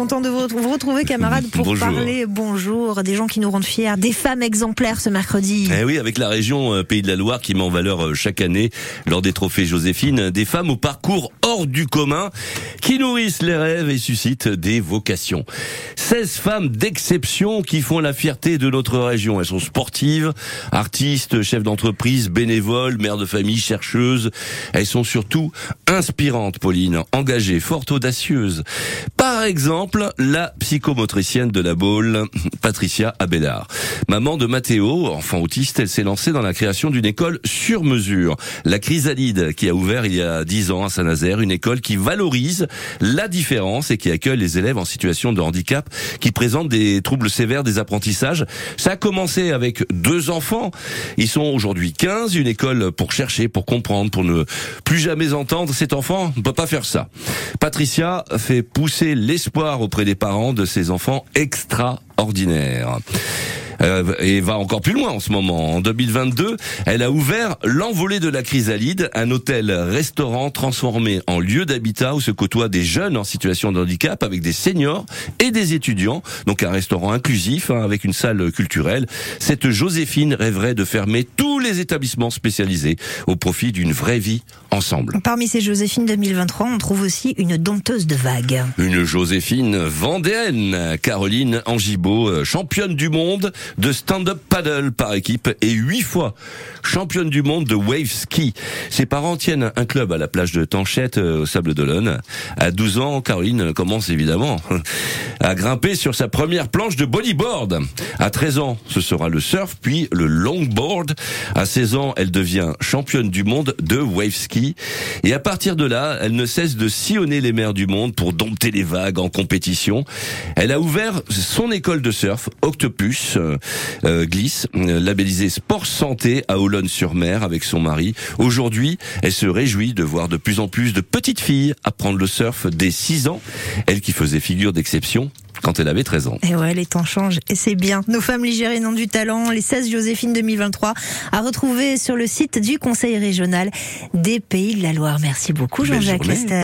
content de vous retrouver, camarades, pour Bonjour. parler, des gens qui nous rendent fiers, des femmes exemplaires ce mercredi. Eh oui, avec la région Pays de la Loire qui met en valeur chaque année, lors des trophées Joséphine, des femmes au parcours hors du commun, qui nourrissent les rêves et suscitent des vocations. 16 femmes d'exception qui font la fierté de notre région. Elles sont sportives, artistes, chefs d'entreprise, bénévoles, mères de famille, chercheuses. Elles sont surtout inspirantes, Pauline, engagées, fortes, audacieuses. Par exemple, la psychomotricienne de la Baule, Patricia Abélard. Maman de Mathéo, enfant autiste, elle s'est lancée dans la création d'une école sur mesure. La Chrysalide, qui a ouvert il y a 10 ans à Saint-Nazaire, une école qui valorise la différence et qui accueille les élèves en situation de handicap qui présentent des troubles sévères des apprentissages. Ça a commencé avec 2 enfants. Ils sont aujourd'hui 15, une école pour chercher, pour comprendre, pour ne plus jamais entendre cet enfant ne peut pas faire ça. Patricia fait pousser l'espoir auprès des parents de ces enfants extraordinaires. Et va encore plus loin en ce moment. En 2022, elle a ouvert l'Envolée de la Chrysalide, un hôtel-restaurant transformé en lieu d'habitat où se côtoient des jeunes en situation de handicap avec des seniors et des étudiants. Donc un restaurant inclusif avec une salle culturelle. Cette Joséphine rêverait de fermer tous les établissements spécialisés au profit d'une vraie vie ensemble. Parmi ces Joséphine 2023, on trouve aussi une dompteuse de vagues. Une Joséphine vendéenne, Caroline Angibault, championne du monde de stand-up paddle par équipe et 8 fois championne du monde de wave ski. Ses parents tiennent un club à la plage de Tanchette au Sable d'Olonne. À 12 ans, Caroline commence évidemment à grimper sur sa première planche de bodyboard. À 13 ans, ce sera le surf, puis le longboard. À 16 ans, elle devient championne du monde de wave ski. Et à partir de là, elle ne cesse de sillonner les mers du monde pour dompter les vagues en compétition. Elle a ouvert son école de surf, Octopus Glisse, labellisée Sport Santé à Olonne-sur-Mer avec son mari. Aujourd'hui, elle se réjouit de voir de plus en plus de petites filles apprendre le surf dès 6 ans. Elle qui faisait figure d'exception quand elle avait 13 ans. Et ouais, les temps changent et c'est bien. Nos femmes ligériennes ont du talent, les 16 Joséphine 2023, à retrouver sur le site du Conseil régional des Pays de la Loire. Merci beaucoup Jean-Jacques Lester.